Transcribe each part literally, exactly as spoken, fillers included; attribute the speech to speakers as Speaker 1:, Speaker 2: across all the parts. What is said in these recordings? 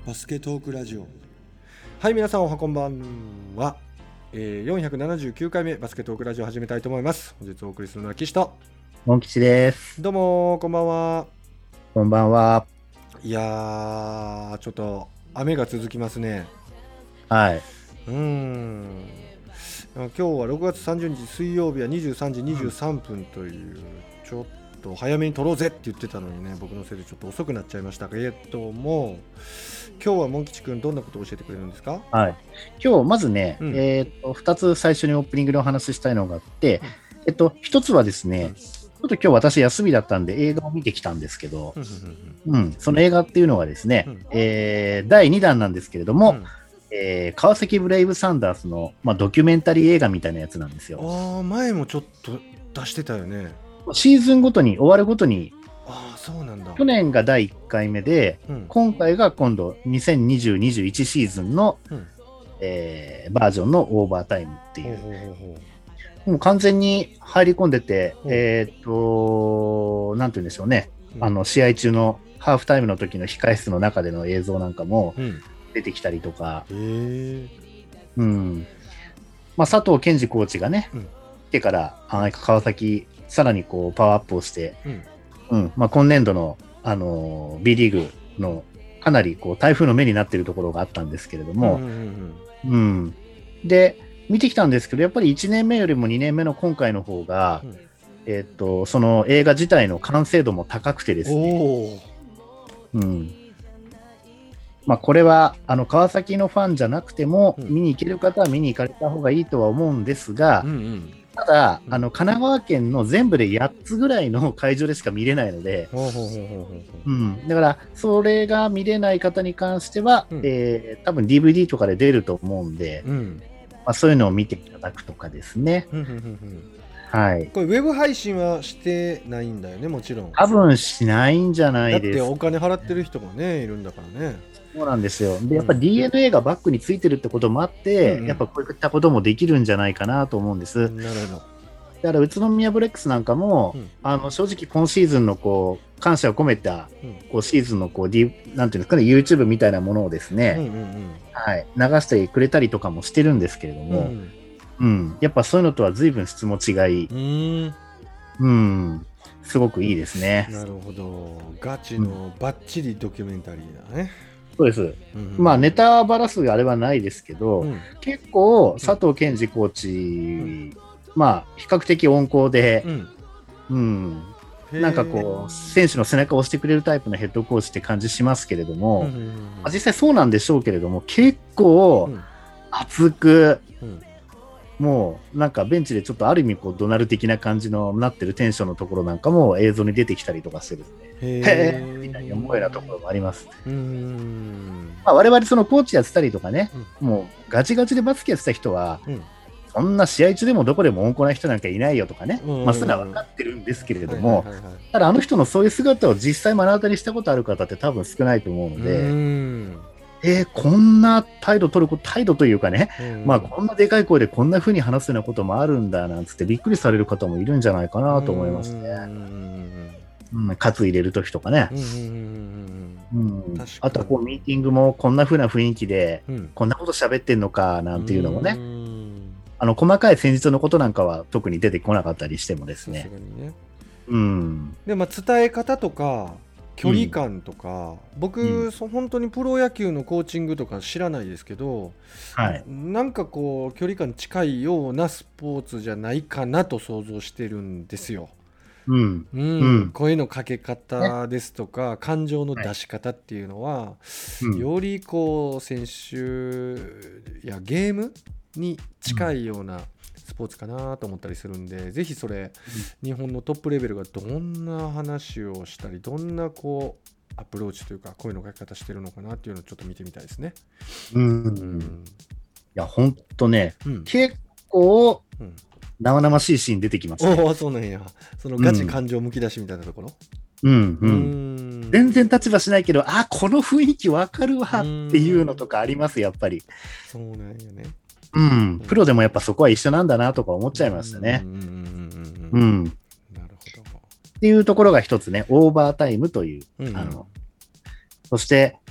Speaker 1: バスケトークラジオ。
Speaker 2: はい、皆さんおはこんばんは、えー、よんひゃくななじゅうきゅうかいめバスケトークラジオを始めたいと思います。本日お送りするのは岸と
Speaker 3: モン吉です。
Speaker 2: どうもこんばんは。
Speaker 3: こんばんは。
Speaker 2: いやーちょっと雨が続きますね。
Speaker 3: はい。
Speaker 2: うーん今日はろくがつさんじゅうにち水曜日はにじゅうさんじにじゅうさんぷんという、うん、ちょっと早めに撮ろうぜって言ってたのにね、僕のせいでちょっと遅くなっちゃいましたけれども、今日はモン吉くんどんなことを教えてくれるんですか？
Speaker 3: はい。今日まずね、
Speaker 2: うん、
Speaker 3: えっとふたつ最初にオープニングでお話ししたいのがあって、うん、えっとひとつはですね、うん、ちょっと今日私休みだったんで映画を見てきたんですけど、うん、その映画っていうのがですね、うん、えー、だいにだんなんですけれども、うん、えー、川崎ブレイブサンダースの、まあ、ドキュメンタリー映画みたいなやつなんですよ。
Speaker 2: ああ、前もちょっと出してたよね。
Speaker 3: シーズンごとに終わるごとに、
Speaker 2: ああ、そうなんだ。
Speaker 3: 去年がだいいっかいめで、うん、今回が今度にせんにじゅう、にじゅういちシーズンの、うん、えー、バージョンのオーバータイムっていう。ほうほうほう、もう完全に入り込んでて、えー、っと、なんて言うんでしょうね、うん、あの試合中のハーフタイムの時の控室の中での映像なんかも出てきたりとか、うん、うん、まあ、佐藤健二コーチがね、うん、来てから川崎さらにこうパワーアップをして、うんうん、まあ、今年度の、あのー、B リーグのかなりこう台風の目になっているところがあったんですけれども、うんうんうんうん、で見てきたんですけど、やっぱりいちねんめよりもにねんめの今回の方が、うん、えー、っとその映画自体の完成度も高くてですね、うん、まあ、これはあの川崎のファンじゃなくても、うん、見に行ける方は見に行かれた方がいいとは思うんですが、うんうん、ただ、あの神奈川県の全部でやっつぐらいの会場でしか見れないので、うん、だからそれが見れない方に関しては、うん、えー、多分 ディーブイディー とかで出ると思うんで、うん、まあ、そういうのを見ていただくとかですね。はい、
Speaker 2: これウェブ配信はしてないんだよね、もちろん。
Speaker 3: 多分しないんじゃないですか。
Speaker 2: だってお金払ってる人もねいるんだからね。
Speaker 3: そうなんですよ。で、やっぱ ディーエヌエー がバックについてるってこともあって、うんうん、やっぱこういったこともできるんじゃないかなと思うんです。
Speaker 2: なるほど。
Speaker 3: だから宇都宮ブレックスなんかも、うん、あの正直今シーズンのこう感謝を込めた、うん、こうシーズンのこう、D、なんていうんですかね、YouTube みたいなものをですね、うんうんうん、はい、流してくれたりとかもしてるんですけれども、うんうん、やっぱそういうのとは随分質も違い、うんうん、すごくいいですね。
Speaker 2: なるほど。ガチのバッチリドキュメンタリーだね。
Speaker 3: そうです、うんうん、まあネタバラすあれはないですけど、うん、結構佐藤健二コーチ、うん、まあ比較的温厚で、うんうん、なんかこう選手の背中を押してくれるタイプのヘッドコーチって感じしますけれども、うんうんうん、まあ、実際そうなんでしょうけれども、結構熱く、うん、もうなんかベンチでちょっとある意味こうドナル的な感じのなってるテンションのところなんかも映像に出てきたりとかしてですね、へーみたいに思うようなところもあります。うーん、まあ、我々そのコーチやってたりとかね、うん、もうガチガチでバスケやってた人は、うん、そんな試合中でもどこでも温厚な人なんかいないよとかね、まあ、それは分かってるんですけれども、ただあの人のそういう姿を実際目の当たりしたことある方って多分少ないと思うので、うーん、えー、こんな態度取る態度というかね、うんまあ、こんなでかい声でこんな風に話すようなこともあるんだなんつってびっくりされる方もいるんじゃないかなと思いますね。うん、カツ入れるときとかね、あとはこうミーティングもこんな風な雰囲気で、うん、こんなこと喋ってんのかなんていうのもね、うんあの細かい戦術のことなんかは特に出てこなかったりしてもですね。ね、
Speaker 2: うん、でまあ、伝え方とか距離感とか、うん、僕、うん、本当にプロ野球のコーチングとか知らないですけど、はい、なんかこう距離感近いようなスポーツじゃないかなと想像してるんですよ。うんうんうん、声のかけ方ですとか、ね、感情の出し方っていうのは、はい、よりこう選手やゲームに近いようなスポーツかなと思ったりするんで、ぜひそれ、うん、日本のトップレベルがどんな話をしたりどんなこうアプローチというか声のかけ方してるのかなっていうのをちょっと見てみたいですね。
Speaker 3: うん、うん、いやほんとね、うん、結構、うん生々しいシーン出てきます、ね、
Speaker 2: おお、そうなんや。そのガチ感情むき出しみたいなところ、
Speaker 3: うんうんうん、全然立場しないけど、あこの雰囲気わかるわっていうのとかありますやっぱり。
Speaker 2: そうなんよね。
Speaker 3: うん、プロでもやっぱそこは一緒なんだなとか思っちゃいましたね。うん、うん、なるほど。っていうところが一つね、オーバータイムという、うん、あのそして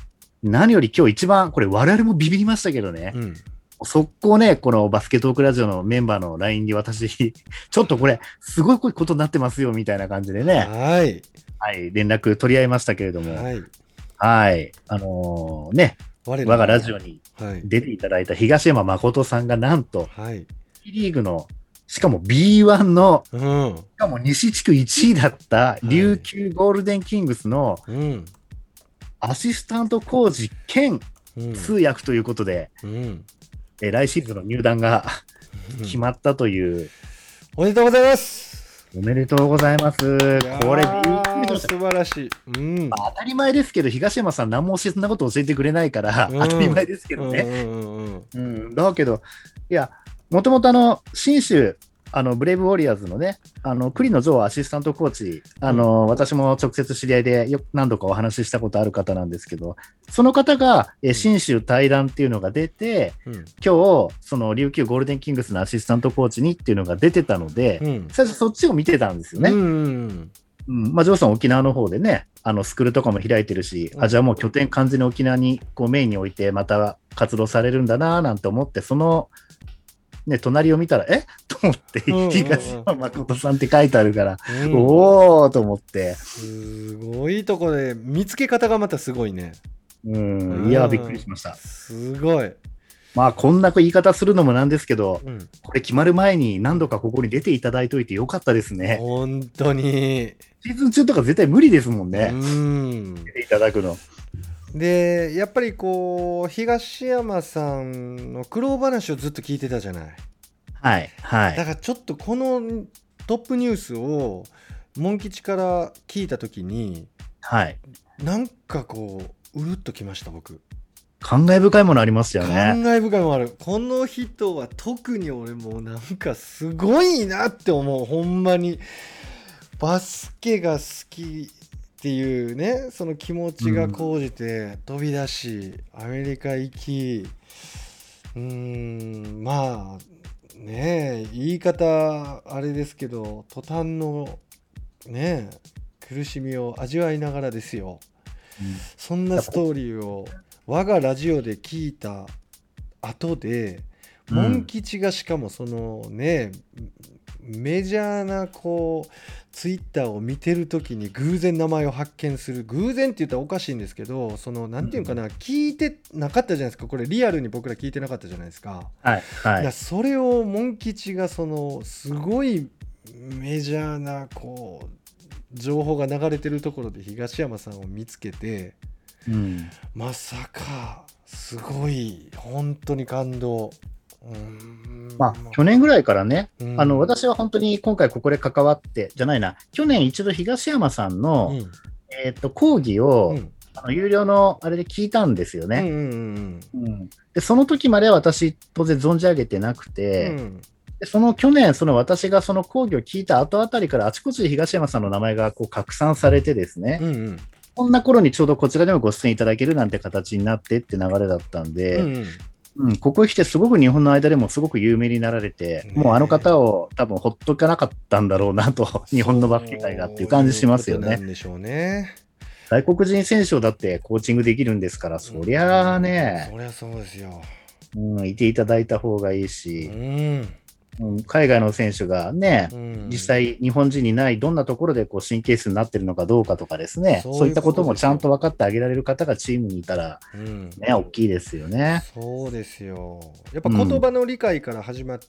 Speaker 3: 何より今日一番、これ我々もビビりましたけどね。うん、速攻ね、このバスケトークラジオのメンバーの ライン に私、ちょっとこれ、すごいことになってますよ、みたいな感じでね。
Speaker 2: はい。
Speaker 3: はい、連絡取り合いましたけれども。
Speaker 2: はい。
Speaker 3: はい。あのー、ね、我がラジオに出ていただいた東山誠さんがなんと、
Speaker 2: はい。
Speaker 3: リーグの、しかも ビーワン の、うん、しかも西地区いちいだった琉球ゴールデンキングスの、はい、うん、アシスタントコーチ兼通訳ということで、うん、え来シーズンの入団が決まったという、うん。
Speaker 2: おめでとうございます。
Speaker 3: おめでとうございます。これ、びっくりした。
Speaker 2: 素晴らしい。うん、
Speaker 3: まあ、当たり前ですけど、東山さん何もそんなこと教えてくれないから、うん、当たり前ですけどね。うん、だけど、いや、もともとあの、信州、あの、ブレイブウォリアーズのね、あの、栗野城アシスタントコーチ、あの、うん、私も直接知り合いでよ何度かお話ししたことある方なんですけど、その方が、え、信州対談っていうのが出て、うん、今日、その、琉球ゴールデンキングスのアシスタントコーチにっていうのが出てたので、うん、最初そっちを見てたんですよね。うんうんうん、まあ、ジョーさん沖縄の方でね、あの、スクールとかも開いてるし、うん、あ、じゃあもう拠点完全に沖縄にこうメインに置いてまた活動されるんだなぁなんて思って、その、ね、隣を見たら、えと思って、うんうんうん、東山誠さんって書いてあるから、うん、おーと思って。
Speaker 2: すごいとこで、見つけ方がまたすごいね。
Speaker 3: うん、いや、びっくりしました。
Speaker 2: すごい。
Speaker 3: まあ、こんな言い方するのもなんですけど、うん、これ決まる前に何度かここに出ていただいといてよかったですね。
Speaker 2: 本当に。
Speaker 3: シーズン中とか絶対無理ですもんね。うん。出ていただくの。
Speaker 2: でやっぱりこう東山さんの苦労話をずっと聞いてたじゃない。
Speaker 3: はいはい。
Speaker 2: だからちょっとこのトップニュースをモン吉から聞いた時に、
Speaker 3: はい、
Speaker 2: なんかこううるっときました僕。
Speaker 3: 感慨深いものありますよね。
Speaker 2: 感慨深いものある。この人は特に俺もなんかすごいなって思う。ほんまにバスケが好きっていうね、その気持ちが高じて飛び出し、うん、アメリカ行き、うーん、まあね、言い方あれですけど途端のね苦しみを味わいながらですよ、うん、そんなストーリーを我がラジオで聞いた後で、うん、モン吉がしかもそのねメジャーなこうツイッターを見てるときに偶然名前を発見する。偶然って言ったらおかしいんですけど、そのなんていうかな、うん、聞いてなかったじゃないですか。これリアルに僕ら聞いてなかったじゃないですか。
Speaker 3: はいはい。
Speaker 2: いやそれをモン吉がそのすごいメジャーなこう情報が流れてるところで東山さんを見つけて、うん、まさかすごい本当に感動。
Speaker 3: うんまあ、去年ぐらいからね、うん、あの私は本当に今回ここで関わってじゃないな、去年一度東山さんの、うんえー、と講義を、うん、あの有料のあれで聞いたんですよね、うんうんうんうん、でその時まで私当然存じ上げてなくて、うん、でその去年その私がその講義を聞いた後あたりからあちこちで東山さんの名前がこう拡散されてですね、うんうん、こんな頃にちょうどこちらでもご出演いただけるなんて形になってって流れだったんで、うんうんうん、ここへ来てすごく日本の間でもすごく有名になられて、もうあの方を多分ほっとかなかったんだろうなと、日本のバスケ界がっていう感じしますよね。
Speaker 2: なんでしょうね。
Speaker 3: 外国人選手をだってコーチングできるんですから、そりゃあね、
Speaker 2: そりゃそうですよ。
Speaker 3: うん、いていただいた方がいいし、うんうん、海外の選手がね、うん、実際日本人にないどんなところでこう神経質になってるのかどうかとかですね、そういうことそういったこともちゃんと分かってあげられる方がチームにいたら、うんね、大きいですよね。
Speaker 2: そうですよ。やっぱ言葉の理解から始まって、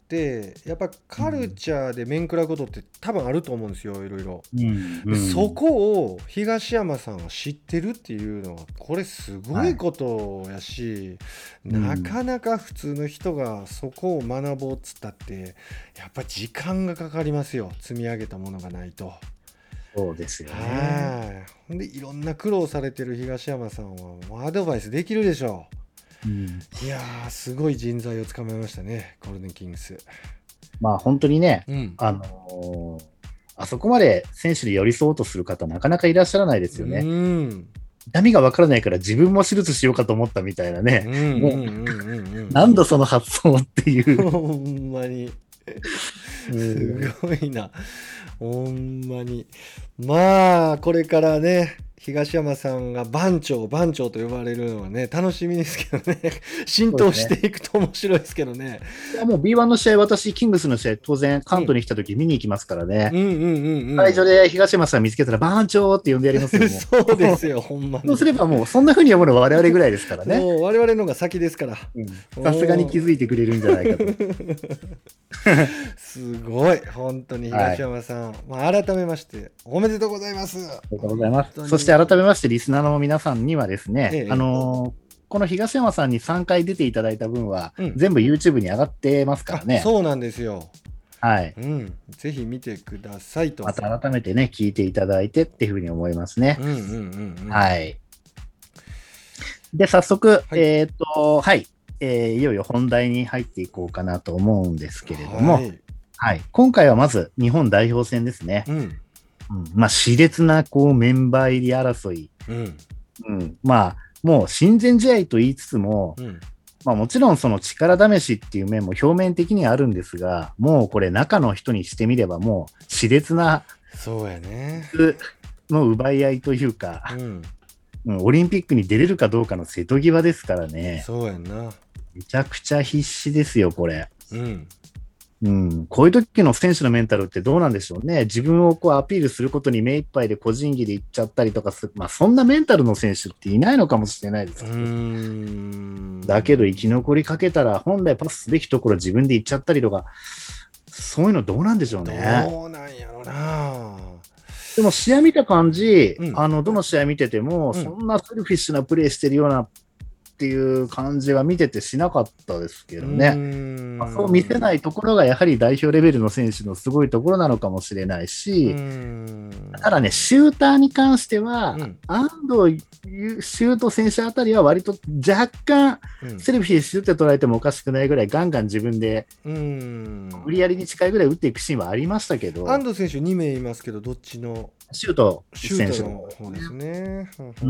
Speaker 2: うん、やっぱカルチャーで面食らうことって多分あると思うんですよ、いろいろ、うんうん、そこを東山さんは知ってるっていうのはこれすごいことやし、はい、なかなか普通の人がそこを学ぼうっつったってやっぱり時間がかかりますよ。積み上げたものがないと。
Speaker 3: そうですよね。
Speaker 2: はい。でいろんな苦労されてる東山さんはもうアドバイスできるでしょう、うん、いやーすごい人材をつかめましたね、ゴールデンキングス。
Speaker 3: まあ本当にね、うん、あのー、あそこまで選手に寄り添おうとする方なかなかいらっしゃらないですよね。うん痛みが分からないから自分も手術しようかと思ったみたいなね。もう何度その発想っていう。
Speaker 2: ほんまに。すごいな。ほんまに。まあ、これからね、 東山さんが番長番長と呼ばれるのはね楽しみですけどね浸透していくと面白いですけどね。
Speaker 3: いやもう ビーワン の試合、私キングスの試合当然関東に来た時見に行きますからね、うんうんうんうん、会場で東山さん見つけたら番長って呼んでやりますよ
Speaker 2: そうですよほんまに。
Speaker 3: そうすればもうそんな風に呼ぶの我々ぐらいですからね。
Speaker 2: もう我々のが先ですから、
Speaker 3: さすがに気づいてくれるんじゃないかと
Speaker 2: すごい本当に東山さん、はい、まあ、改めましておめでとうございます。
Speaker 3: ありがとうございます。そして改めましてリスナーの皆さんにはですね、ええ、あのー、この東山さんにさんかい出ていただいた分は、うん、全部 YouTube に上がってますからね。
Speaker 2: そうなんですよ。
Speaker 3: はい、
Speaker 2: うん、ぜひ見てくださいと。
Speaker 3: また改めてね聞いていただいてっていうふうに思いますね。
Speaker 2: うんうんうんうん、
Speaker 3: はい。で早速、はい、えっ、ー、とはい、えー、いよいよ本題に入っていこうかなと思うんですけれども、はい、はい、今回はまず日本代表戦ですね。うんうん、まあ熾烈なこうメンバー入り争い、うんうん、まあもう親善試合と言いつつも、うん、まあもちろんその力試しっていう面も表面的にはあるんですが、もうこれ中の人にしてみればもう熾烈な
Speaker 2: そうやね
Speaker 3: の奪い合いというか、うんうん、オリンピックに出れるかどうかの瀬戸際ですからね。
Speaker 2: そうやな。
Speaker 3: めちゃくちゃ必死ですよこれ。うんうん、こういう時の選手のメンタルってどうなんでしょうね。自分をこうアピールすることに目いっぱいで個人技でいっちゃったりとかする、まあ、そんなメンタルの選手っていないのかもしれないですけど、うーんだけど生き残りかけたら本来パスすべきところ自分で行っちゃったりとか、そういうのどうなんでしょうね。
Speaker 2: どうなんやろな。
Speaker 3: でも試合見た感じ、うん、あのどの試合見てても、うん、そんなセルフィッシュなプレーしてるようなっていう感じは見ててしなかったですけどね。まあ、そう見せないところがやはり代表レベルの選手のすごいところなのかもしれないし、ただねシューターに関しては、うん、安藤修斗選手あたりは割と若干セルフィッシュって捉えてもおかしくないぐらいガンガン自分で無理やりに近いぐらい打っていくシーンはありましたけど、
Speaker 2: 安藤選手にめいいますけどどっちの
Speaker 3: シュート選手
Speaker 2: の方ですね。うん、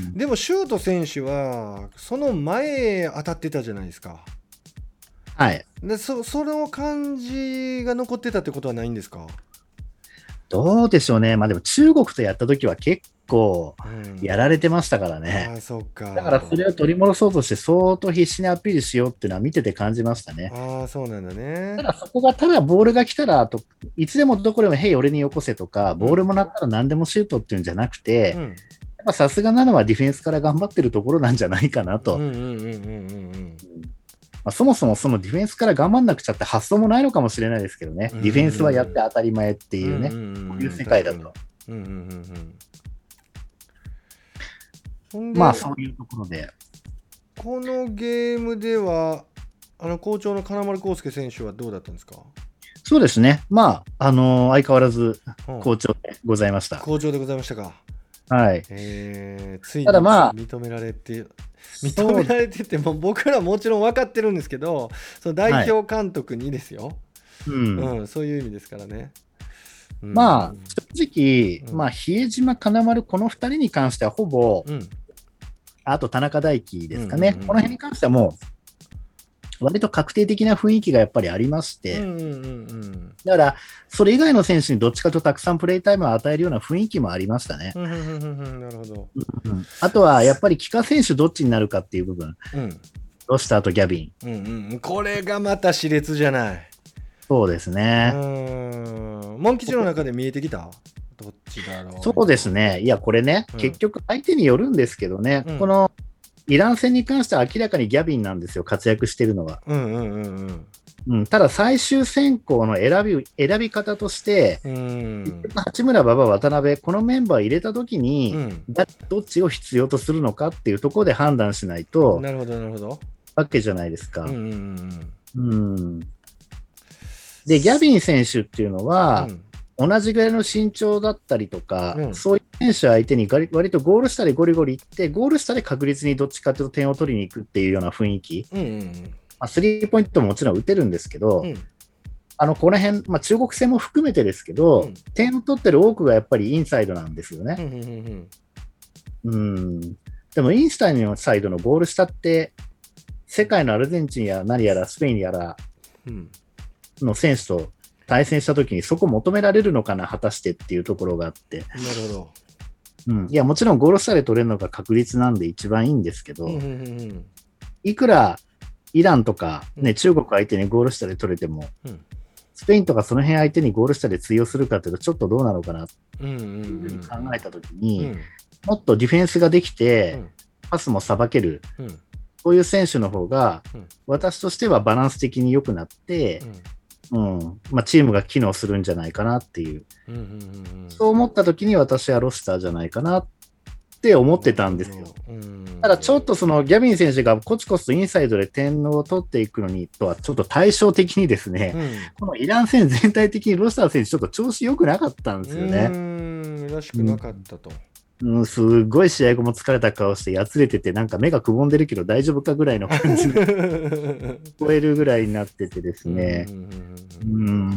Speaker 2: でもシュート選手はその前当たってたじゃないですか。
Speaker 3: はい。
Speaker 2: で そ, その感じが残ってたってことはないんですか。
Speaker 3: どうでしょうね。まあでも中国とやった時は結構やられてましたからね。
Speaker 2: うん、あ、そっか。
Speaker 3: だからそれを取り戻そうとして相当必死にアピールしようっていうのは見てて感じましたね。
Speaker 2: ああ、そうなんだね。
Speaker 3: ただそこがただボールが来たらといつでもどこでもへい俺によこせとか、ボールもらったら何でもシュートっていうんじゃなくて、さすがなのはディフェンスから頑張ってるところなんじゃないかなと。そもそもそのディフェンスから頑張んなくちゃって発想もないのかもしれないですけどね。ディフェンスはやって当たり前っていうね、こういう世界だと。まあそういうところで。
Speaker 2: このゲームではあの好調の金丸晃輔選手はどうだったんですか。
Speaker 3: そうですね。まあ、あのー、相変わらず好調でございました。
Speaker 2: 好調でございましたか。
Speaker 3: はい。
Speaker 2: えー、ついに認められて、認められてても僕らもちろん分かってるんですけど、その代表監督にですよ、はい、うんうん、そういう意味ですからね。
Speaker 3: うん、まあ正直、うん、まあ、比江島、金丸このふたりに関してはほぼ、うん、あと田中大輝ですかね、うんうんうん、この辺に関してはもう割と確定的な雰囲気がやっぱりありまして、うんうんうん、だからそれ以外の選手にどっちかとたくさんプレータイムを与えるような雰囲気もありましたね。
Speaker 2: なるほど。
Speaker 3: うん、あとはやっぱり帰化選手どっちになるかっていう部分、うん、ロスターとギャビン、
Speaker 2: うんうん、これがまた熾烈じゃない。
Speaker 3: そうですね。う
Speaker 2: ーん、モン吉の中で見えてきた。どっちだろう。
Speaker 3: そうですね。いやこれね、うん、結局相手によるんですけどね、うん、このイラン戦に関しては明らかにギャビンなんですよ、活躍してるのは。うんうんうんうんうん、ただ最終選考の選び、選び方として、うん、八村、馬場、渡辺、このメンバー入れたときに、うん、どっちを必要とするのかっていうところで判断しないと、
Speaker 2: なるほどなるほど
Speaker 3: わけじゃないですか。うんうんうんうん、で、ギャビン選手っていうのは、うん同じぐらいの身長だったりとか、うん、そういう選手相手に割とゴール下でゴリゴリいって、ゴール下で確実にどっちかというと点を取りに行くっていうような雰囲気、うんうんうんまあ、スリーポイントももちろん打てるんですけど、うん、あのこの辺、まあ、中国戦も含めてですけど、うん、点を取ってる多くがやっぱりインサイドなんですよね。うんうんうん、うんでもインサイドのゴール下って、世界のアルゼンチンや何やらスペインやらの選手と対戦したときにそこ求められるのかな果たしてっていうところがあって、
Speaker 2: なるほど
Speaker 3: うん、いや、もちろんゴール下で取れるのが確率なんで一番いいんですけど、うんうんうん、いくらイランとか、ね、うん、中国相手にゴール下で取れても、うん、スペインとかその辺相手にゴール下で通用するかというとちょっとどうなのかなっていうふうに考えたときに、うんうんうん、もっとディフェンスができて、うん、パスもさばける、うん、そういう選手の方が、うん、私としてはバランス的に良くなって、うんうんまあ、チームが機能するんじゃないかなっていう、うんうんうんうん、そう思ったときに私はロスターじゃないかなって思ってたんですよ。うん、ただちょっとそのギャビン選手がコツコツとインサイドで点を取っていくのにとはちょっと対照的にですね、うん、このイラン戦全体的にロスター選手ちょっと調子良くなかったんですよね。
Speaker 2: うーんらしくなかったと。
Speaker 3: うん、すごい試合後も疲れた顔してやつれててなんか目がくぼんでるけど大丈夫かぐらいの感じで聞こえるぐらいになっててですね。うん、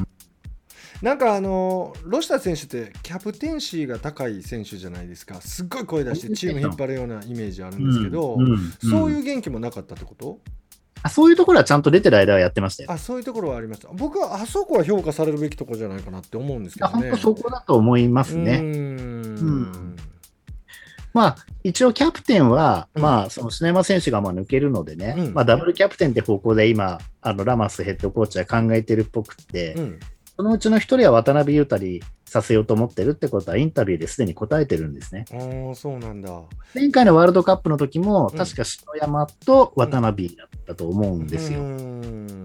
Speaker 2: なんかあのロシター選手ってキャプテンシーが高い選手じゃないですか。すっごい声出してチーム引っ張るようなイメージあるんですけど、うんうんうん、そういう元気もなかったってこと？
Speaker 3: あ、そういうところはちゃんと出てる間はやってましたよ。
Speaker 2: あ、そういうところはありました。僕はあそこは評価されるべきところじゃないかなって思うんですけどね。
Speaker 3: 本当そこだと思いますね。うんうんまあ、一応キャプテンは、うん、まあ、その砂山選手がまあ抜けるのでね、うんまあ、ダブルキャプテンって方向で今、あのラマスヘッドコーチは考えてるっぽくて、うん、そのうちの一人は渡辺裕太にさせようと思ってるってことはインタビューですでに答えてるんですね。
Speaker 2: ああ、そうなんだ。
Speaker 3: 前回のワールドカップの時も、うん、確か篠山と渡辺だったと思うんですよ。うん。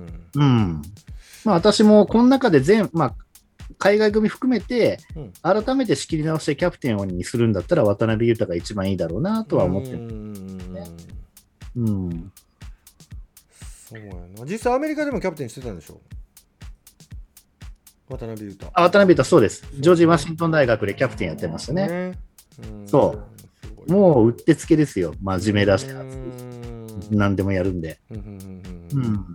Speaker 3: うん、まあ、私もこの中で全、まあ海外組含めて、改めて仕切り直してキャプテンにするんだったら渡辺裕太が一番いいだろうなとは思ってる、ね。うん。
Speaker 2: そうやな。実際アメリカでもキャプテンしてたんでしょ？渡辺裕太。
Speaker 3: あ、渡辺裕太そうです。ジョージ・ワシントン大学でキャプテンやってましたね。ねうんそう。もううってつけですよ。真面目だし、何でもやるんで。うん。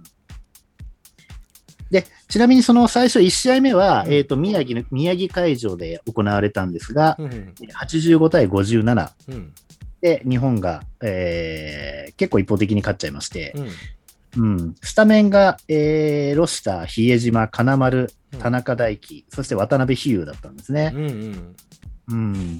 Speaker 3: で、ちなみにその最初いち試合目は、うん、えっと、宮城の、宮城会場で行われたんですが、うん、はちじゅうごたいごじゅうなな、うん、で、日本が、えー、結構一方的に勝っちゃいまして、うんうん、スタメンが、えー、ロシター、比江島、金丸、田中大輝、そして渡辺比喩だったんですね。うんうんうん、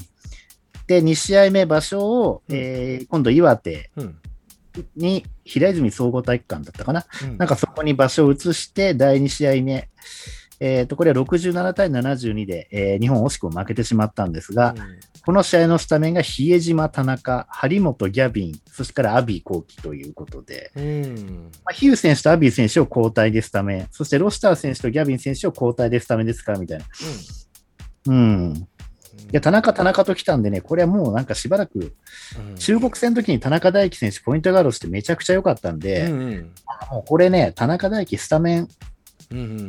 Speaker 3: で、に試合目場所を、えー、今度岩手、うんに平泉総合体育館だったかな、うん、なんかそこに場所を移してだいに試合目、えー、とこれはろくじゅうななたいななじゅうにで、えー、日本惜しくも負けてしまったんですが、うん、この試合のスタメンが比江島、田中、張本、ギャビン、そしてからアビー後期ということで、うんまあ、ヒュー選手とアビー選手を交代でスタメン、そしてロスター選手とギャビン選手を交代でスタメンですからみたいな。うん、うんいや田中、田中と来たんでね、これはもうなんかしばらく、中国戦の時に田中大輝選手、ポイントガードしてめちゃくちゃ良かったんで、うんうん、もうこれね、田中大輝スタメン、うんうんうん、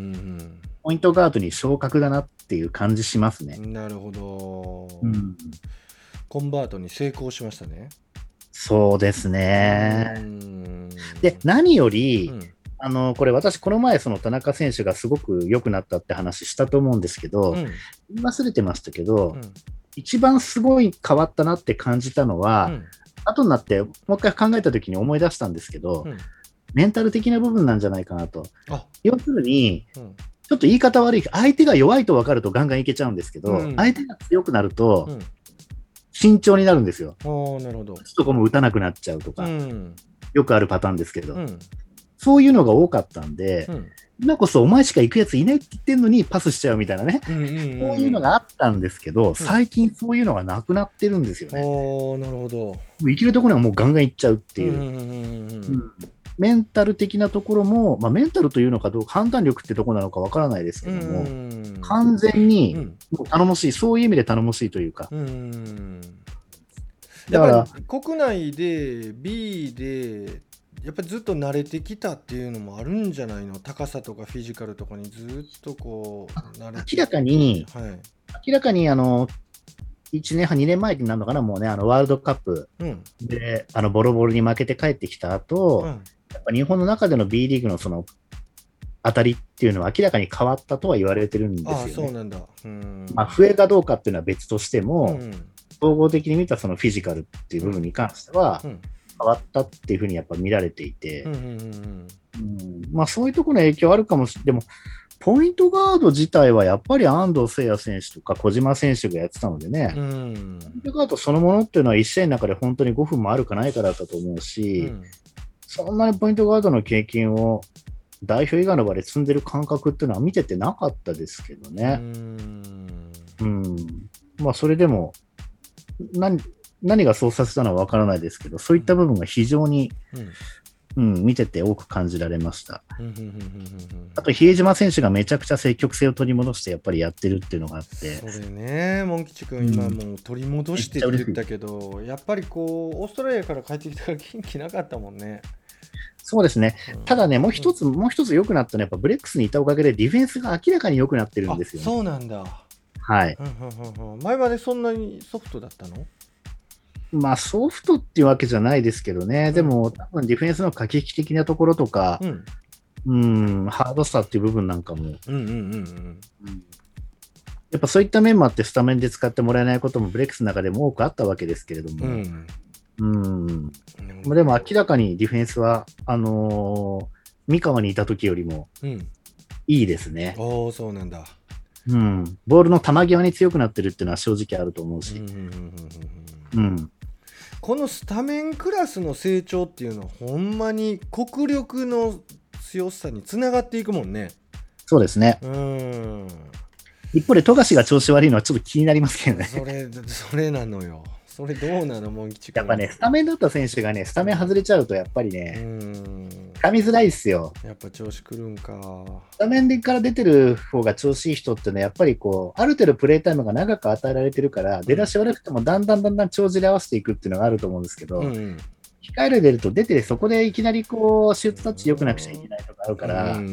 Speaker 3: ポイントガードに昇格だなっていう感じしますね。
Speaker 2: なるほど、うん。コンバートに成功しましたね。
Speaker 3: そうですね。うんで、何より、うんあのこれ私この前その田中選手がすごく良くなったって話したと思うんですけど、うん、言い忘れてましたけど、うん、一番すごい変わったなって感じたのは、うん、後になってもう一回考えた時に思い出したんですけど、うん、メンタル的な部分なんじゃないかなと。要するに、ちょっと言い方悪い、相手が弱いと分かるとガンガンいけちゃうんですけど、相手が強くなると慎重になるんですよ。
Speaker 2: なるほど。
Speaker 3: そこも打たなくなっちゃうとか、よくあるパターンですけど。そういうのが多かったんで、うん、今こそお前しか行くやついないって言ってんのにパスしちゃうみたいなね、うんうんうん、そういうのがあったんですけど、最近そういうのがなくなってるんですよね。
Speaker 2: おー、なるほど。
Speaker 3: 行けるところにはもうガンガン行っちゃうっていう。うんうんうんうん、メンタル的なところも、まあ、メンタルというのかどうか判断力ってところなのかわからないですけども、うん、完全にもう頼もしい、そういう意味で頼もしいというか。うん、
Speaker 2: だから国内で B でやっぱりずっと慣れてきたっていうのもあるんじゃないの？高さとかフィジカルとかにずっとこう慣れて
Speaker 3: 明らかに、はい、明らかにあのいちねんはんにねんまえになるのかな、もうね、あのワールドカップで、うん、あのボロボロに負けて帰ってきた後、うん、やっぱ日本の中での B リーグのその当たりっていうのは明らかに変わったとは言われてるんですよね。ああ、そうなんだ。うん、まあ、笛がどうかっていうのは別としても、うん、総合的に見たそのフィジカルっていう部分に関しては、うんうん変わったっていうふうにやっぱ見られていて、うんうんうんうん、まあそういうところの影響あるかもしれない。でもポイントガード自体はやっぱり安藤聖也選手とか小島選手がやってたのでね、うん、ポイントガードそのものっていうのはいち試合の中で本当にごふんもあるかないかだったと思うし、うん、そんなにポイントガードの経験を代表以外の場で積んでる感覚っていうのは見ててなかったですけどね。うん、うん、まあそれでも何、何がそうさせたのは分からないですけど、そういった部分が非常に、うんうん、見てて多く感じられました。あと、比江島選手がめちゃくちゃ積極性を取り戻してやっぱりやってるっていうのがあって。
Speaker 2: それね、モン吉君、今もう取り戻してって言ったけど、うん、やっぱりこう、オーストラリアから帰ってきたから元気なかったもんね。
Speaker 3: そうですね。うん、ただね、もう一つ、うん、もう一つ良くなったのは、やっぱブレックスにいたおかげでディフェンスが明らかに良くなってるんですよね。
Speaker 2: そうなんだ。
Speaker 3: はい。
Speaker 2: 前までそんなにソフトだったの？
Speaker 3: まあソフトっていうわけじゃないですけどね、うん、でも多分ディフェンスの駆け引き的なところとか、うん、うんハードさっていう部分なんかも、やっぱそういった面もあってスタメンで使ってもらえないこともブレックスの中でも多くあったわけですけれども、うんうんまあ、でも明らかにディフェンスはあのー、三河にいた時よりもいいですね。
Speaker 2: うん、おー、そうなんだ。
Speaker 3: うん、ボールの球際に強くなってるっていうのは正直あると思うし、うん、
Speaker 2: このスタメンクラスの成長っていうのはほんまに国力の強さにつながっていくもんね。
Speaker 3: そうですね。うん一方で富樫が調子悪いのはちょっと気になりますけどね。
Speaker 2: それそれなのよ。それどうなのモン吉君。
Speaker 3: やっぱねスタメンだった選手がねスタメン外れちゃうとやっぱりね噛みづらいっすよ。
Speaker 2: やっぱ調子くるんか。
Speaker 3: スタメンから出てる方が調子いい人ってのはやっぱりこうある程度プレータイムが長く与えられてるから、うん、出だし悪くてもだんだんだんだん帳尻合わせていくっていうのがあると思うんですけど、うんうん、控えで出ると出てそこでいきなりこうシュートタッチ良くなくちゃいけないとかあるから、うんうん、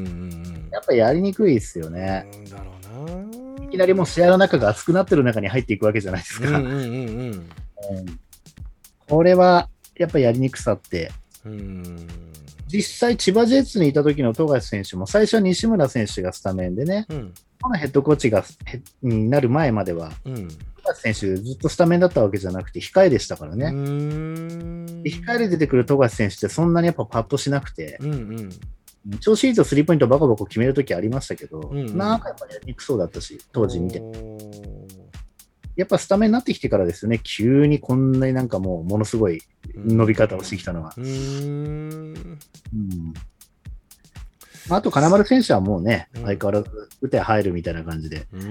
Speaker 3: やっぱりやりにくいっすよね。うんだろうな。いきなりもう試合の中が熱くなってる中に入っていくわけじゃないですか。うんうんうんうんうん、これはやっぱりやりにくさって、うん実際千葉ジェッツにいた時の富樫選手も最初は西村選手がスタメンでね、うん、このヘッドコーチがになる前までは、うん、富樫選手ずっとスタメンだったわけじゃなくて控えでしたからね。うーん控えで出てくる富樫選手ってそんなにやっぱパッとしなくて、うんうん、調子いいとスリーポイントバコバコ決める時ありましたけど、うんうん、なんかやっぱりやりにくそうだったし当時見てやっぱスタメンになってきてからですよね、急にこんなになんかもうものすごい伸び方をしてきたのは。うーんうんあと金丸選手はもうね、うん、相変わらず打て入るみたいな感じで、うん、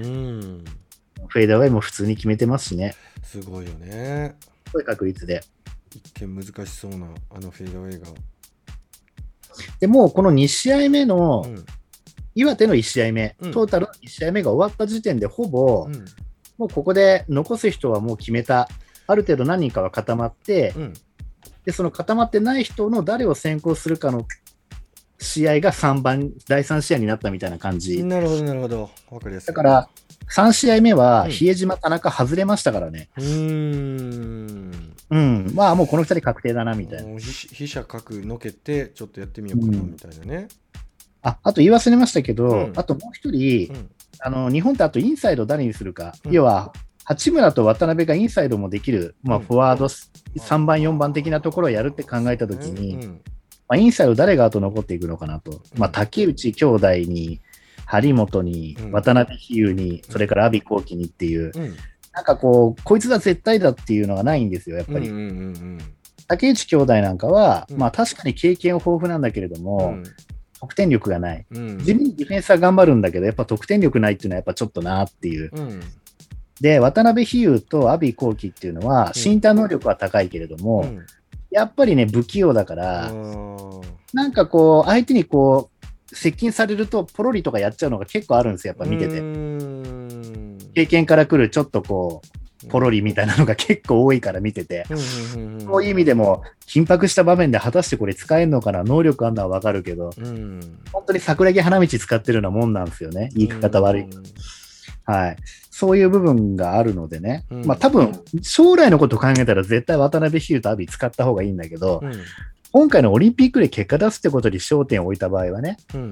Speaker 3: フェードアウェイも普通に決めてますしね。
Speaker 2: すごいよね。
Speaker 3: すごい確率で。
Speaker 2: 一見難しそうなあのフェードアウェイが。
Speaker 3: でもうこのに試合目の、うん、岩手のいち試合目、うん、トータルのいち試合目が終わった時点でほぼ、うん、もうここで残す人はもう決めた。ある程度何人かは固まって、うん、でその固まってない人の誰を先行するかの試合がさんばん、だいさん試合になったみたいな感じ。
Speaker 2: なるほど、なるほど。わかりやすい。
Speaker 3: だから、さん試合目は、比江島、田中外れましたからね。うーん。うん。まあ、もうこのふたり確定だな、みたいな。
Speaker 2: 飛車角のけて、ちょっとやってみようかな、みたいなね。うん、
Speaker 3: あ、あと言い忘れましたけど、うん、あともう一人、うん、あの、日本ってあとインサイド誰にするか。うん、要は、八村と渡辺がインサイドもできる、まあ、フォワードさんばん、よんばん的なところをやるって考えたときに、うんうんまあ、インサイド誰が後残っていくのかなと。うんまあ、竹内兄弟に、張本に、うん、渡辺比喩に、それから阿炎光輝にっていう、うん、なんかこう、こいつが絶対だっていうのがないんですよ、やっぱり。うんうんうんうん、竹内兄弟なんかは、うん、まあ確かに経験豊富なんだけれども、うん、得点力がない、うん。地味にディフェンスは頑張るんだけど、やっぱ得点力ないっていうのはやっぱちょっとなっていう。うんで、渡辺比喩と阿炎光輝っていうのは、身体能力は高いけれども、うん、やっぱりね、不器用だから、なんかこう、相手にこう、接近されると、ポロリとかやっちゃうのが結構あるんですよ、やっぱ見てて。経験から来る、ちょっとこう、ポロリみたいなのが結構多いから見てて。そういう意味でも、緊迫した場面で果たしてこれ使えるのかな、能力あるのはわかるけど、本当に桜木花道使ってるようなもんなんですよね、言い方悪い。はい。そういう部分があるのでね。うん、まあ多分、将来のことを考えたら絶対渡辺比喩と阿炎使った方がいいんだけど、うん、今回のオリンピックで結果出すってことに焦点を置いた場合はね、うん、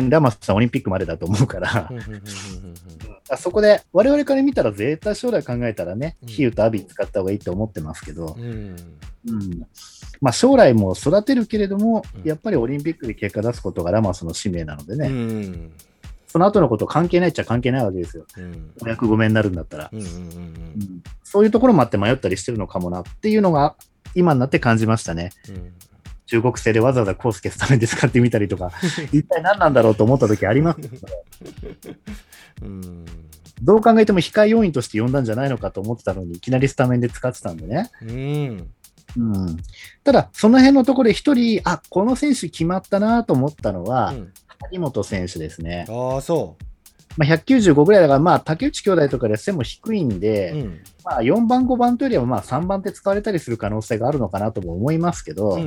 Speaker 3: ラマスさんオリンピックまでだと思うから、そこで我々から見たら絶対将来考えたらね、比喩と阿炎使った方がいいと思ってますけど、うんうんまあ、将来も育てるけれども、やっぱりオリンピックで結果出すことがラマスの使命なのでね。うんその後のこと関係ないっちゃ関係ないわけですよ。うん、お役御免になるんだったら、うんうんうんうん。そういうところもあって迷ったりしてるのかもなっていうのが今になって感じましたね。うん、中国製でわざわざコースケスタメンで使ってみたりとか、一体何なんだろうと思った時ありますけど、うん、どう考えても控え要員として呼んだんじゃないのかと思ってたのに、いきなりスタメンで使ってたんでね。うんうん、ただ、その辺のところで一人、あ、この選手決まったなと思ったのは、うん、張本選手ですね。
Speaker 2: ああ、そう。
Speaker 3: まあ、ひゃくきゅうじゅうごぐらいだから、まあ、竹内兄弟とかで背も低いんで、うん、まあ、よんばん、ごばんというよりは、まあ、さんばんって使われたりする可能性があるのかなとも思いますけど、うんうん、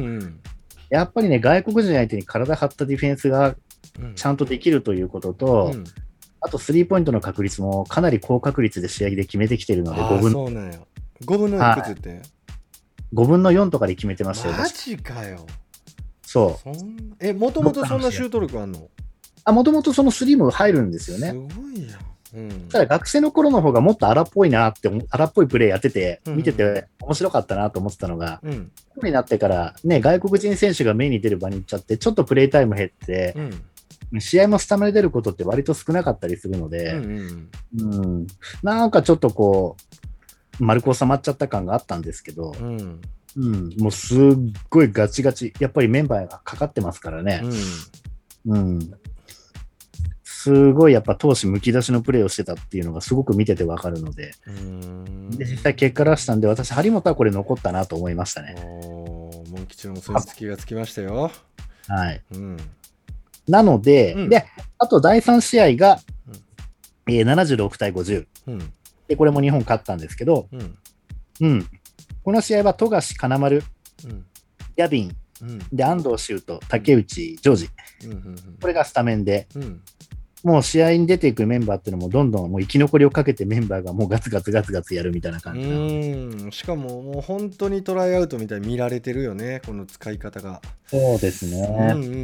Speaker 3: やっぱりね、外国人相手に体張ったディフェンスがちゃんとできるということと、うん、あと、スリーポイントの確率もかなり高確率で試合で決めてきてるので、ごぶん。
Speaker 2: そうなんや。ごぶんのいくつって、はい、
Speaker 3: ごぶんのよんとかで決めてましたよ。
Speaker 2: マジかよ。
Speaker 3: そう。
Speaker 2: そんえ、もともとそんなシュート力あんの？
Speaker 3: あ、もともとそのスリーも入るんですよね。
Speaker 2: すごいやん。うん、
Speaker 3: ただ学生の頃の方がもっと荒っぽいなって、荒っぽいプレーやってて、見てて面白かったなと思ってたのが、うん、プロになってからね、外国人選手がメインに出る場に行っちゃって、ちょっとプレイタイム減って、うん、試合もスタメンで出ることって割と少なかったりするので、うんうんうん、なんかちょっとこう、丸く収まっちゃった感があったんですけど、うんうん、もうすっごいガチガチ、やっぱりメンバーがかかってますからね。うんうん、すごいやっぱ闘志むき出しのプレーをしてたっていうのがすごく見ててわかるので、うーんで実際結果出したんで、私、張本はこれ残ったなと思いましたね。
Speaker 2: おー、モン吉のお墨付きがつきましたよ。
Speaker 3: はい。うん、なので、うん、で、あとだいさん試合が、うんえー、ななじゅうろくたいごじゅう、うん。で、これも日本勝ったんですけど、うんうん、この試合は富樫、金丸、うん、ギャビン、うん、で安藤修斗、竹内、ジョージ、うんうんうん、これがスタメンで、うん、もう試合に出ていくメンバーっていうのもどんどんもう生き残りをかけてメンバーがもうガツガツガツガツやるみたいな感じなので、
Speaker 2: うん、しかももう本当にトライアウトみたいに見られてるよね、この使い方が。
Speaker 3: そうですね、うんうんうんうん、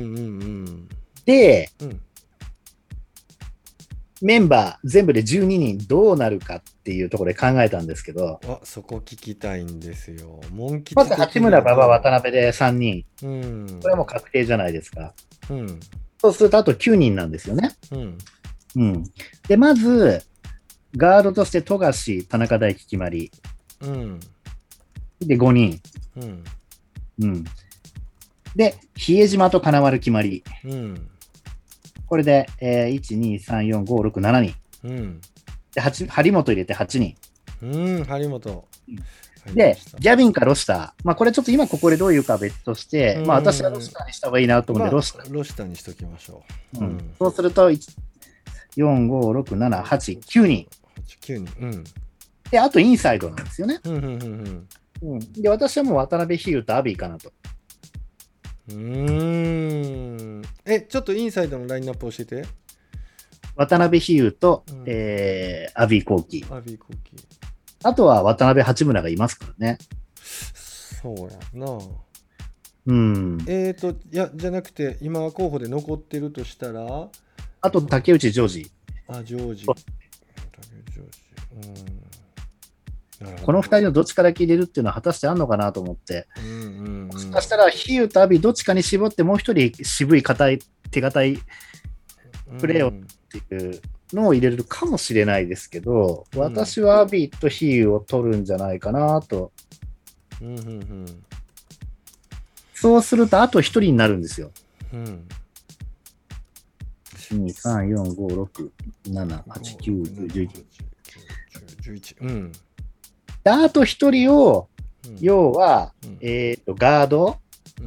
Speaker 2: で、
Speaker 3: うん、メンバー全部でじゅうににんどうなるかっていうところで考えたんですけど、
Speaker 2: あ、そこ聞きたいんですよ。
Speaker 3: まず八村、馬場、渡辺でさんにん、うん、これはもう確定じゃないですか。うん、そうするとあときゅうにんなんですよね。うんうん、でまずガードとして富樫、田中大輝決まり、うん、でごにん、うんうん、で比江島と金丸決まり、うん、これで、えー、いち、に、さん、よん、ご、ろく、しちにん、うん、で張本入れてはちに
Speaker 2: ん、うん、張本
Speaker 3: でギャビンかロシター、まあ、これちょっと今ここでどういうかは別として、まあ、私はロシターにした方がいいなと思うんで、まあ、ロシター
Speaker 2: ロシターにしときましょう、
Speaker 3: うん、そうするとよん、ご、ろく、しち、はち、きゅうにん、
Speaker 2: きゅうにん、うん、
Speaker 3: であとインサイドなんですよね、
Speaker 2: うんうんうん
Speaker 3: うん、で私はもう渡辺比喩とアビーかなと。
Speaker 2: うーんえちょっとインサイドのラインナップ教えて。
Speaker 3: 渡辺比喩と、うんえー、アビーコーキ
Speaker 2: アビーコーキ
Speaker 3: あとは渡辺八村がいますからね。
Speaker 2: そうやな。
Speaker 3: うん。
Speaker 2: えーと、いや、じゃなくて、今候補で残ってるとしたら、
Speaker 3: あと竹内ジョージ。
Speaker 2: あ、ジョージ。竹内ジョージ。
Speaker 3: うん。このふたりのどっちから入れるっていうのは果たしてあるのかなと思って。うんうんうん、もしかしたら、比喩とアビーどっちかに絞って、もう一人渋い硬い、手堅いプレーをっていうのを入れるかもしれないですけど、うん、私はアビーと比喩を取るんじゃないかなと。うんうんうん、そうすると、あと一人になるんですよ。うん、に、さん、よん、ご、ろく、なな、はち、きゅう、じゅういち。
Speaker 2: じゅういち。うん。
Speaker 3: で、あと一人を、うん、要は、うん、えっと、ガード。
Speaker 2: うん。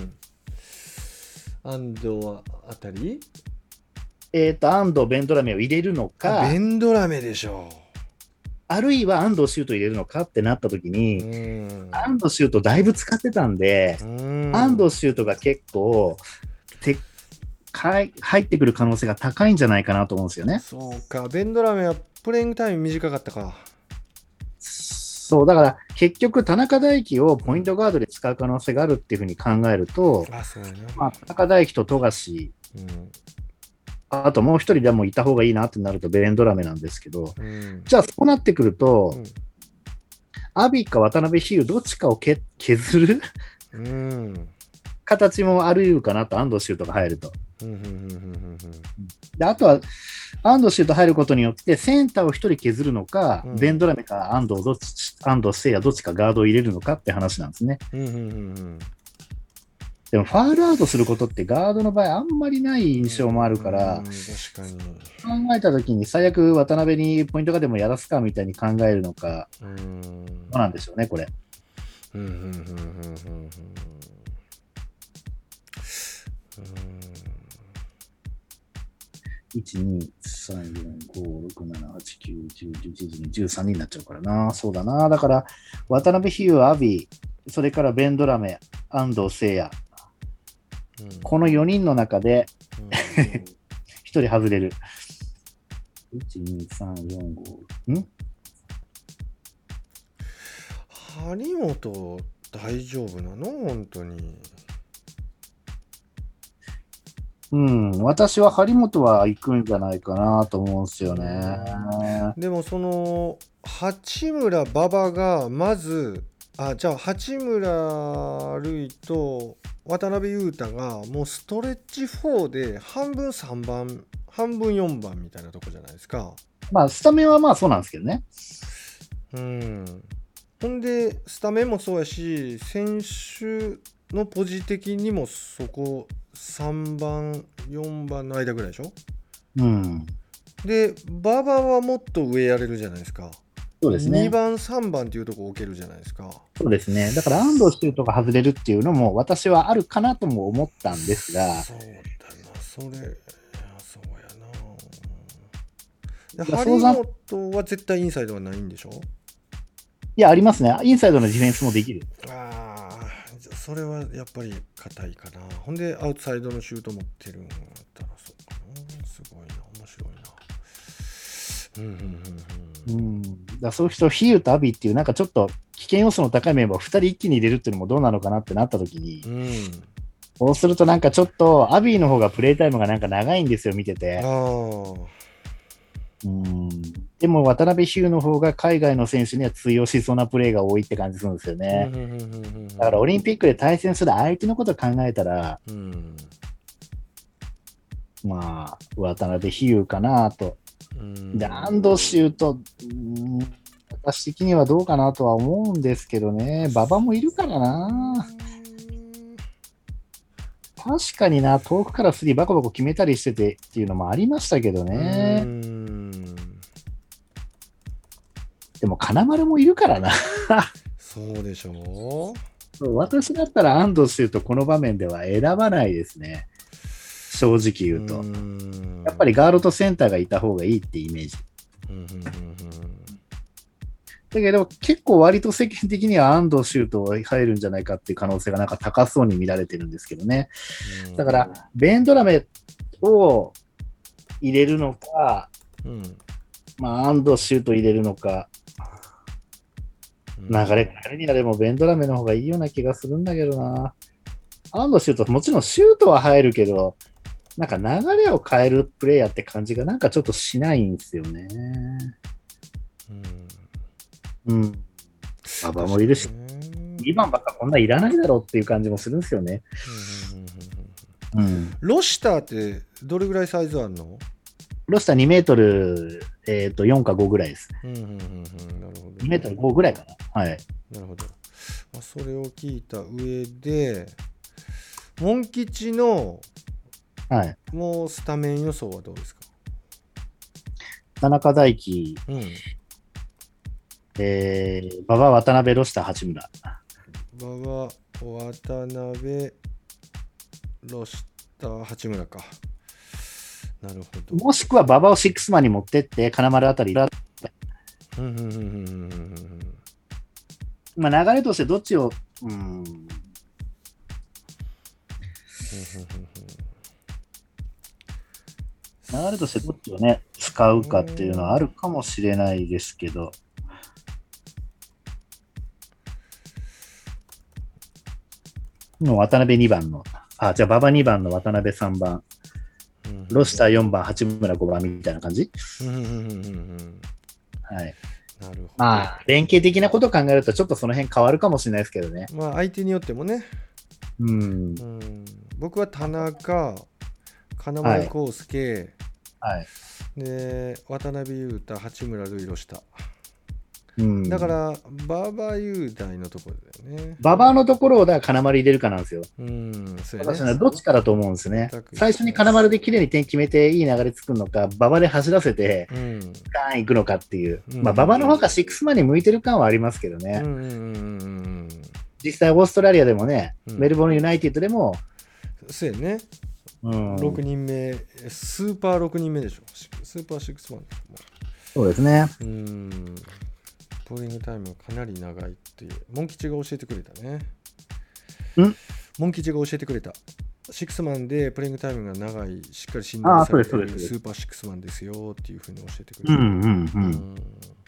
Speaker 2: 安藤あたり
Speaker 3: えっと、安藤ベンドラメを入れるのか。
Speaker 2: ベンドラメでしょう。
Speaker 3: あるいは安藤シュート入れるのかってなったときに、安藤シュートだいぶ使ってたんで、安藤シュートが結構てかい入ってくる可能性が高いんじゃないかなと思うんですよね。
Speaker 2: そうか、ベンドラメはプレイングタイム短かったか。
Speaker 3: そう、だから結局田中大輝をポイントガードで使う可能性があるっていうふうに考えると、
Speaker 2: あ、そうやな。
Speaker 3: まあ、田中大輝と富樫、うんあともう一人でもいた方がいいなってなるとベンドラメなんですけど、うん、じゃあそうなってくると、うん、アビーか渡辺比喩どっちかをけ削る、うん、形もあるかなと、安藤シュートが入ると。 であとは安藤修斗入ることによってセンターを一人削るのか、うん、ベンドラメか安藤どっち安藤聖也どっちかガードを入れるのかって話なんですね。でもファールアウトすることってガードの場合あんまりない印象もあるから、うん、確かに考えたときに最悪渡辺にポイントがでもやらすかみたいに考えるのか、うん、どうなんでしょうねこれ。いち、に、さん、よん、ご、ろく、なな、はち、きゅう、じゅう、じゅういち、じゅうに、じゅうさんにんになっちゃうからな。そうだな。だから渡辺比喩、阿炎、それからベンドラメ、安藤聖也、うん、このよにんの中で、うん、ひとり外れる。いち、に、さん、よん、ご、ん
Speaker 2: 張本大丈夫なの本当に。
Speaker 3: うん、私は張本は行くんじゃないかなと思うんですよね。
Speaker 2: でもその八村馬場がまずあじゃあ八村塁と渡辺裕太がもうストレッチフォーで半分さんばん半分よんばんみたいなとこじゃないですか。
Speaker 3: まあスタメンはまあそうなんですけどね。
Speaker 2: うん。ほんでスタメンもそうやし選手のポジ的にもそこさんばんよんばんの間ぐらいでしょ。
Speaker 3: うん。
Speaker 2: で馬場はもっと上やれるじゃないですか。
Speaker 3: そうですね。
Speaker 2: にばんさんばんっていうとこ置けるじゃないですか。
Speaker 3: そうですね。だから安藤修斗が外れるっていうのも私はあるかなとも思ったんですが。
Speaker 2: そうだなそれそうやな。張本は絶対インサイドはないんでしょ。
Speaker 3: いやありますね。インサイドのディフェンスもできる。
Speaker 2: ああそれはやっぱり硬いかな。ほんでアウトサイドのシュート持ってるんだったらそうかな。すごいな面白いな。うんうんうんうん。うん。
Speaker 3: だそういう人比喩と阿炎っていうなんかちょっと危険要素の高いメンバーをふたり一気に入れるっていうのもどうなのかなってなった時に、うん、そうするとなんかちょっと阿炎の方がプレイタイムがなんか長いんですよ見てて。あうんでも渡辺比喩の方が海外の選手には通用しそうなプレーが多いって感じするんですよね。だからオリンピックで対戦する相手のことを考えたら、うん、まあ渡辺比喩かなと。で安藤修斗、私的にはどうかなとは思うんですけどね。馬場もいるからな。確かにな遠くからスリーバコバコ決めたりしててっていうのもありましたけどね。うんでも金丸もいるからな
Speaker 2: そうでしょ
Speaker 3: う。私だったら安藤修斗この場面では選ばないですね。正直言うと。うやっぱりガードとセンターがいた方がいいってイメージ。うんうんうんうん、だけど結構割と世間的には安藤修斗入るんじゃないかっていう可能性がなんか高そうに見られてるんですけどね。だからベンドラメを入れるのか、うん、まあ安藤修斗入れるのか、流れ変えるにはでもベンドラメの方がいいような気がするんだけどな。安藤修斗もちろんシュートは入るけどなんか流れを変えるプレイヤーって感じがなんかちょっとしないんですよね。うん。うん。馬場もいるし、にばんばっかこんないらないだろうっていう感じもするんですよね。
Speaker 2: うん。ロシターってどれぐらいサイズあるの？
Speaker 3: ロシターにメートル、えー、とよんかごぐらいです。うんうんうんうん、なるほど。にメートルごぐらいかな。はい。
Speaker 2: なるほど。まあ、それを聞いた上で、モン吉のはい、もうスタメン予想はどうですか？
Speaker 3: 田中大輝、うんえー、馬場、渡辺、ロシター、八村。
Speaker 2: 馬場、渡辺、ロシター、八村か。なるほど。
Speaker 3: もしくは馬場をシックスマンに持ってって、金丸あたり。まあ流れとしてどっちを、うん流れとしてどっちをね使うかっていうのはあるかもしれないですけど、もう渡辺にばんのあじゃあ馬場にばんの渡辺さんばん、うん、ロシターよんばん八村ごばんみたいな感じ。はい。なるほど。まあ連携的なことを考えるとちょっとその辺変わるかもしれないですけどね。
Speaker 2: まあ相手によってもね。うん。うん僕は田中金丸康介、
Speaker 3: はい、
Speaker 2: で渡辺裕太、八村塁、吉田、
Speaker 3: うん、
Speaker 2: だから馬場雄大のところだよね。
Speaker 3: 馬場のところをだから金丸入れるかなんですよ。
Speaker 2: うん、そうやね、
Speaker 3: 私はどっちかだと思うんですね。最初に金丸で綺麗に点決めていい流れ作るのか、馬場で走らせてガーンいくのかっていう、うん、まあ馬場の方がシックスマンに向いてる感はありますけどね。うんうんうんうん、実際オーストラリアでもね、うん、メルボルンユナイテッドでも
Speaker 2: そうやね、うん、ろくにんめ、スーパーろくにんめでしょ、スーパーシックスマン。
Speaker 3: そうですね。
Speaker 2: うん、ボーリングタイムがかなり長いっていう、モン吉が教えてくれたね。んモン吉が教えてくれた。シックスマンでプレイングタイムが長い、しっかり信頼されているスーパーシックスマンですよっていうふうに教えてくれた。うんうんうん。うん、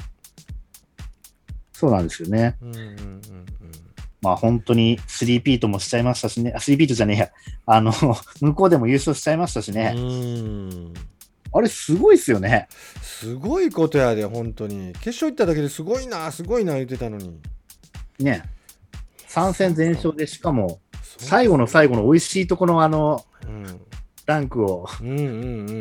Speaker 3: そうなんですよね。うんうんうんうん、まあ本当にスリーピートもしちゃいましたしね。スリーピートじゃねえや。あの、向こうでも優勝しちゃいましたしね。うんあれすごいっすよね。
Speaker 2: すごいことやで、本当に。決勝行っただけですごいな、すごいな言ってたのに。
Speaker 3: ね。さん戦全勝で、しかも、最後の最後の美味しいとこのあの、うん、ランクを、うんうんうん、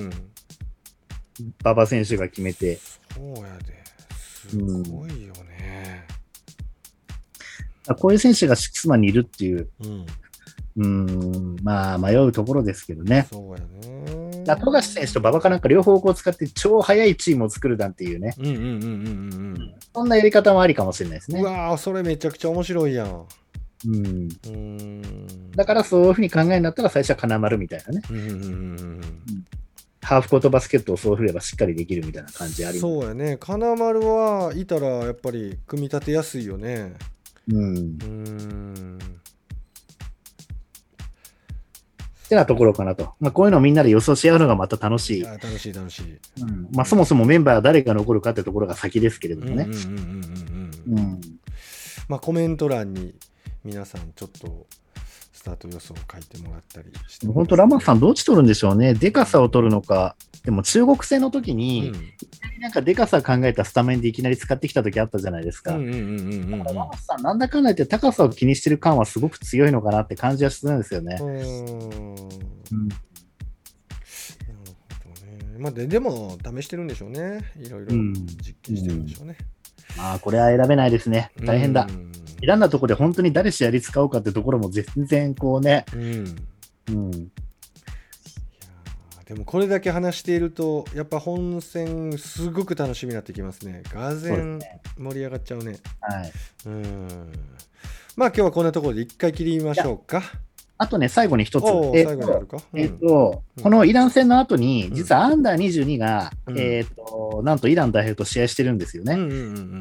Speaker 3: 馬場選手が決めて。
Speaker 2: そうやで。すごいよね。
Speaker 3: うん、こういう選手がシックスマンにいるっていう、うん、うんまあ迷うところですけどね。そうやね。富樫選手と馬場かなんか両方こう使って超速いチームを作るなんていうね。うんうんうんうんうん。そんなやり方もありかもしれないですね。
Speaker 2: うわー、それめちゃくちゃ面白いやん。
Speaker 3: うん。うんだからそういうふうに考えるんだったら最初は金丸みたいなね。うんうんうんうん。ハーフコートバスケットをそう振ればしっかりできるみたいな感じあります。
Speaker 2: そうやね。金丸はいたらやっぱり組み立てやすいよね。うん。うーん。
Speaker 3: ってなところかなと。まあ、こういうのをみんなで予想し合うのがまた楽しい。
Speaker 2: あ楽しい楽しい。
Speaker 3: うんまあ、そもそもメンバーは誰が残るかってところが先ですけれどもね。
Speaker 2: まあコメント欄に皆さんちょっとスタート予想を書いてもらったりして、ね。
Speaker 3: 本当ラマさんどっち取るんでしょうね。デカさを取るのか。でも中国戦の時に、うん、なんかデカさ考えたスタメンでいきなり使ってきた時あったじゃないですか。ラマさんなんだかんだ言って高さを気にしてる感はすごく強いのかなって感じはするんですよね。うんうん
Speaker 2: まあ、で, でも試してるんでしょうね。いろいろ実験してるんでしょうね。
Speaker 3: うんうん、まあこれは選べないですね。大変だ。選んだところで本当に誰試合で使おうかってところも全然こうね。うんうん、いや
Speaker 2: でもこれだけ話しているとやっぱ本戦すごく楽しみになってきますね。がぜん盛り上がっちゃうね。はい、うんまあ今日はこんなところで一回切りましょうか。
Speaker 3: あとね、最後に一つ。えっ、ー、と、うんえーとうん、このイラン戦の後に、実はアンダーにじゅうにが、うん、えっ、ー、と、なんとイラン代表と試合してるんですよね。うんうんうん、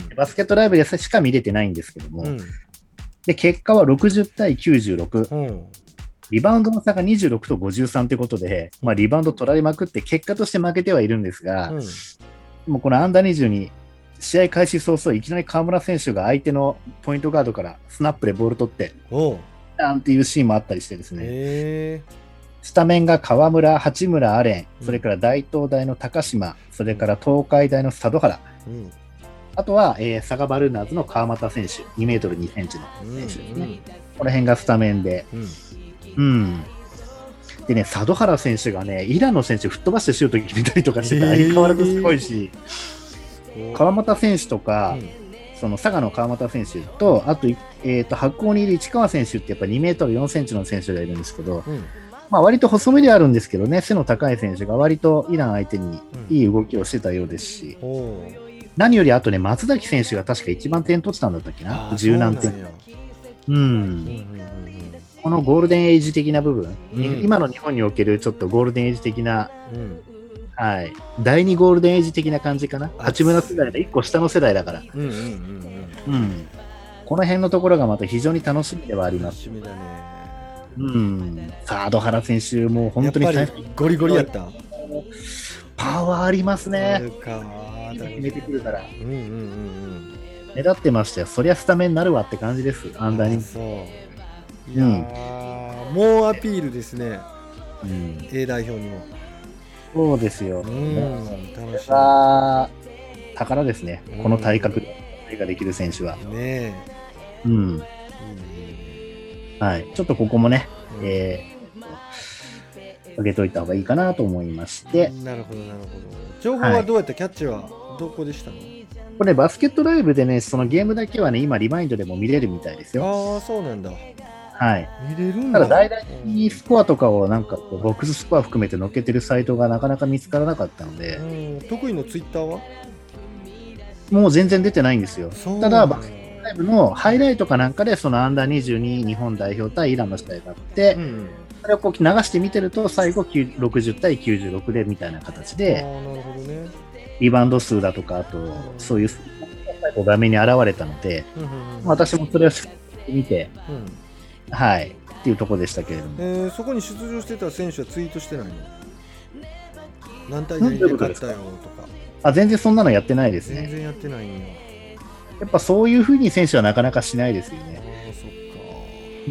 Speaker 3: バスケットライブでしか見れてないんですけども。うん、で、結果はろくじゅうたいきゅうじゅうろく。うん、リバウンドの差がにじゅうろくとごじゅうさんということで、まあ、リバウンド取られまくって、結果として負けてはいるんですが、うん、もうこのアンダーにじゅうに、試合開始早々、いきなり河村選手が相手のポイントガードからスナップでボール取って、なんていうシーンもあったりしてですね。スタメンが河村、八村、アレン、それから大東大の高島、それから東海大の佐渡原、うん、あとは、えー、佐賀バルーナーズの川又選手、にメートルにセンチの選手ですね。うんうん、この辺がスタメンで、うんうん、でね、佐渡原選手がね、イランの選手吹っ飛ばしてシュート決めたりとかしてて、相変わらずすごいし、川又選手とか、うんその佐賀の川又選手と、あと、えー、と白鴎にいる市川選手ってやっぱにメートルよんセンチの選手がいるんですけど、うんまあ、割と細身であるんですけどね、背の高い選手が割とイラン相手にいい動きをしてたようですし、うん、何よりあとね、松崎選手が確か一番点取ってたんだったっけな、十何点。うん、うんうんうん、このゴールデンエイジ的な部分、うん、今の日本におけるちょっとゴールデンエイジ的な、うんはい、だいにゴールデンエイジ的な感じかな。八村世代のいっこ下の世代だから、うんうんうんうんうん、この辺のところがまた非常に楽しみではあります。楽しみだね。うん、サード原選手も本当に
Speaker 2: やっぱりゴリゴリやった。
Speaker 3: パワーありますね。決めてくるから、うんうんうんうん、目立ってましたよ。そりゃスタメンになるわって感じです。アンダーに。そう
Speaker 2: いや、うん、もうアピールですね、うん、A 代表にも。
Speaker 3: そうですよ。うん、楽しい。宝ですね。うん、この体格でプレーができる選手は。ねうん、うん。はい。ちょっとここもね、うん、えー、 上げといた方がいいかなと思いまして。
Speaker 2: なるほどなるほど。情報はどうやって、はい、キャッチはどこでしたの？
Speaker 3: これバスケットライブでね、そのゲームだけはね、今リマインドでも見れるみたいですよ。
Speaker 2: ああ、そうなんだ。
Speaker 3: はい。
Speaker 2: 見れるんだ。
Speaker 3: ただ、大々スコアとかをなんかこうボックススコア含めて載っけてるサイトがなかなか見つからなかったので。
Speaker 2: うん、得意のツイッターは
Speaker 3: もう全然出てないんですよ。ただ、バスケットライブのハイライトかなんかで、そのアンダーにじゅうに日本代表対イランの試合があって、うん、それをこう流して見てると、最後ろくじゅう対きゅうじゅうろくでみたいな形で、
Speaker 2: あ、なるほどね、
Speaker 3: リバウンド数だとか、あと、そういう画面に現れたので、うんうんうん、私もそれを見て、うん、はい、っていうところでしたけれども。
Speaker 2: えー、そこに出場してた選手はツイートしてないの？何対何で勝ったよとか。
Speaker 3: あ、全然そんなのやってないですね。
Speaker 2: 全然やってないんや。
Speaker 3: やっぱそういうふうに選手はなかなかしないですよね。
Speaker 2: ああ、そっか。
Speaker 3: うん。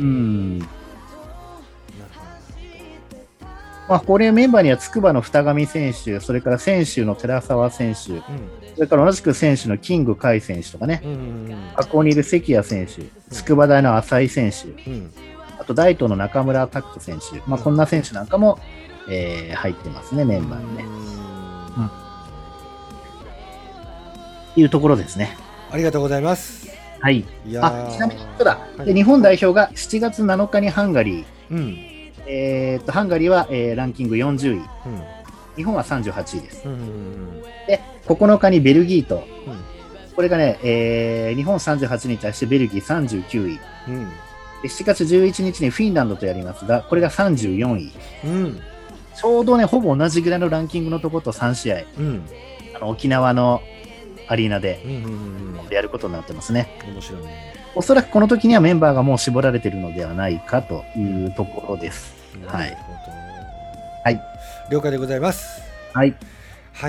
Speaker 3: まあ、これメンバーには筑波の二上選手、それから選手の寺澤選手、うん、それから同じく選手のキング海選手とかね、うんうんうん、ここにいる関谷選手、筑波大の浅井選手、うん、あと大東の中村拓人選手、まあ、こんな選手なんかも、えー、入ってますね、メンバーにね。うん、っていうところですね。
Speaker 2: ありがとうございます。
Speaker 3: はい。いやあ、ちなみにそうだ、はい、で日本代表がしちがつなのかにハンガリー、うん、えー、っとハンガリーは、えー、ランキングよんじゅうい、うん、日本はさんじゅうはちいです。うんうんうん、でここのかにベルギーと、うん、これがね、えー、日本さんじゅうはちに対してベルギーさんじゅうきゅうい、うん、でしちがつじゅういちにちにフィンランドとやりますが、これがさんじゅうよんい、うん、ちょうどねほぼ同じぐらいのランキングのところとさんしあい、うん、あの沖縄のアリーナでやることになってますね。
Speaker 2: 面白いね。
Speaker 3: おそらくこの時にはメンバーがもう絞られているのではないかというところです。はい。はい。
Speaker 2: 了解でございます。
Speaker 3: はい。
Speaker 2: はい。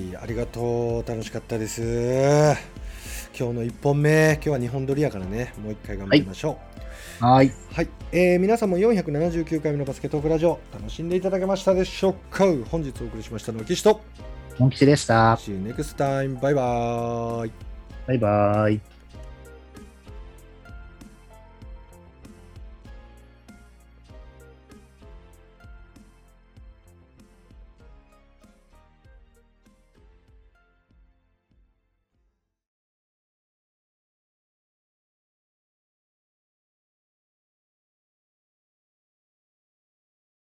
Speaker 2: ありがとう。楽しかったです。今日のいっぽんめ、今日はにほん撮りやからね、もういっかい頑張りましょ
Speaker 3: う。はい。
Speaker 2: はい。えー、皆さんもよんひゃくななじゅうきゅうかいめのバスケットオフラジオ、楽しんでいただけましたでしょうか。本日お送りしましたのは岸と
Speaker 3: モン吉でした。
Speaker 2: See you next time. バイバーイ。
Speaker 3: バイバーイ。